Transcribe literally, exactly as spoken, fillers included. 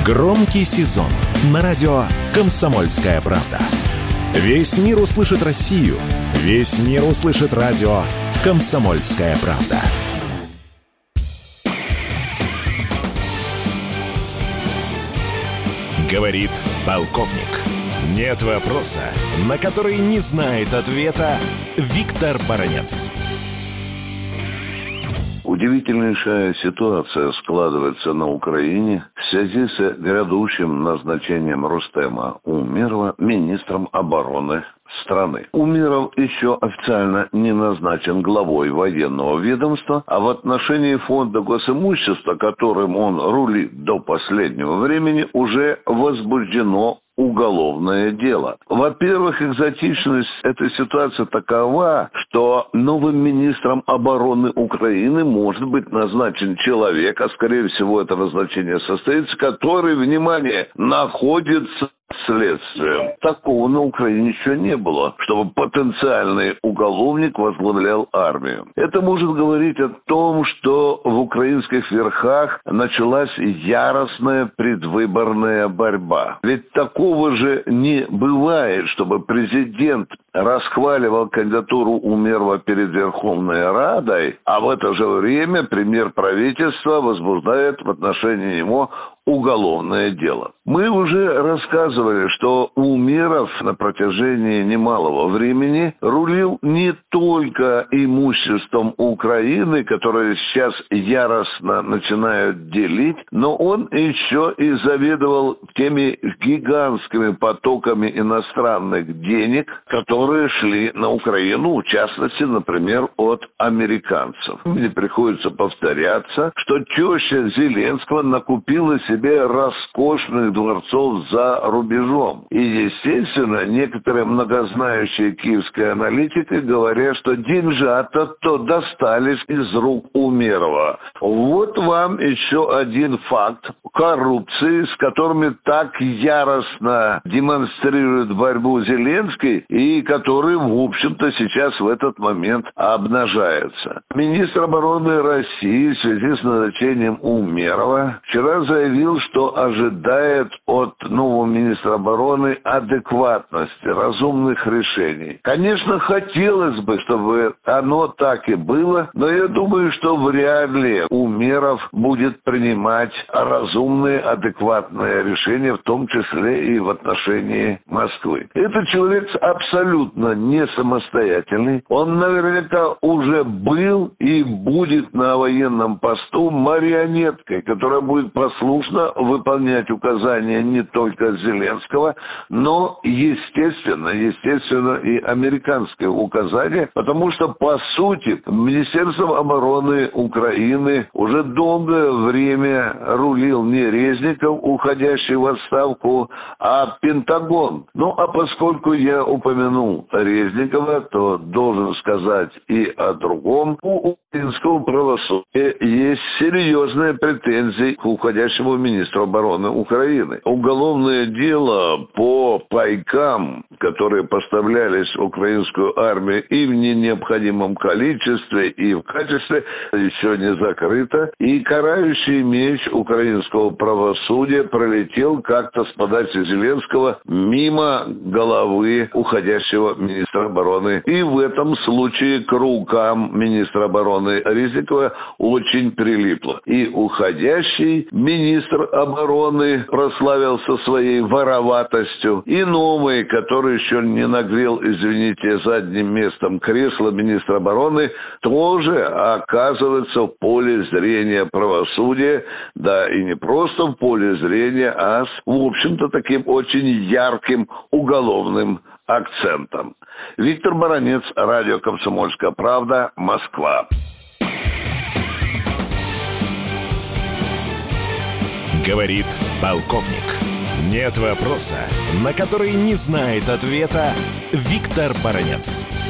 Громкий сезон на радио «Комсомольская правда». Весь мир услышит Россию. Весь мир услышит радио «Комсомольская правда». Говорит полковник. Нет вопроса, на который не знает ответа Виктор Баранец. Удивительнейшая ситуация складывается на Украине в связи с грядущим назначением Рустема Умерова министром обороны страны. Умеров еще официально не назначен главой военного ведомства, а в отношении фонда госимущества, которым он рулит до последнего времени, уже возбуждено уголовное дело. Во-первых, экзотичность этой ситуации такова, что новым министром обороны Украины может быть назначен человек, а скорее всего это назначение состоится, который, внимание, находится следствием. Такого на Украине еще не было, чтобы потенциальный уголовник возглавлял армию. Это может говорить о том, что в украинских верхах началась яростная предвыборная борьба. Ведь такого же не бывает, чтобы президент расхваливал кандидатуру Умерова перед Верховной Радой, а в это же время премьер правительства возбуждает в отношении него уголовное дело. Мы уже рассказывали, что Умеров на протяжении немалого времени рулил не только имуществом Украины, которое сейчас яростно начинают делить, но он еще и заведовал теми гигантскими потоками иностранных денег, которые шли на Украину, в частности, например, от американцев. Мне приходится повторяться, что теща Зеленского накупила себе себе роскошных дворцов за рубежом. И, естественно, некоторые многознающие киевские аналитики говорят, что деньжата-то достались из рук Умерова. Вот вам еще один факт коррупции, с которыми так яростно демонстрирует борьбу Зеленский и который, в общем-то, сейчас в этот момент обнажается. Министр обороны России в связи с назначением Умерова вчера заявил, что ожидает от нового министра обороны адекватности, разумных решений. Конечно, хотелось бы, чтобы оно так и было, но я думаю, что вряд ли Умеров будет принимать разумные, адекватные решения, в том числе и в отношении Москвы. Этот человек абсолютно не самостоятельный. Он наверняка уже был и будет на военном посту марионеткой, которая будет послушна выполнять указания не только Зеленского, но, естественно, естественно, и американские указания, потому что, по сути, Министерством обороны Украины уже долгое время рулил не Резников, уходящий в отставку, а Пентагон. Ну, а поскольку я упомянул Резникова, то должен сказать и о другом. У украинского правосудия есть серьезные претензии к уходящему министру обороны Украины. Уголовное дело по пайкам, которые поставлялись в украинскую армию и в необходимом количестве, и в качестве, еще не закрыто. И карающий меч украинского правосудия пролетел как-то с подачи Зеленского мимо головы уходящего министра обороны. И в этом случае к рукам министра обороны Резникова очень прилипло. И уходящий министр обороны прославился своей вороватостью. И новый, который еще не нагрел, извините, задним местом кресло министра обороны, тоже оказывается в поле зрения правосудия. Да, и не просто в поле зрения, а с, в общем-то, таким очень ярким уголовным акцентом. Виктор Баранец, радио «Комсомольская правда», Москва. Говорит полковник. Нет вопроса, на который не знает ответа Виктор Баранец.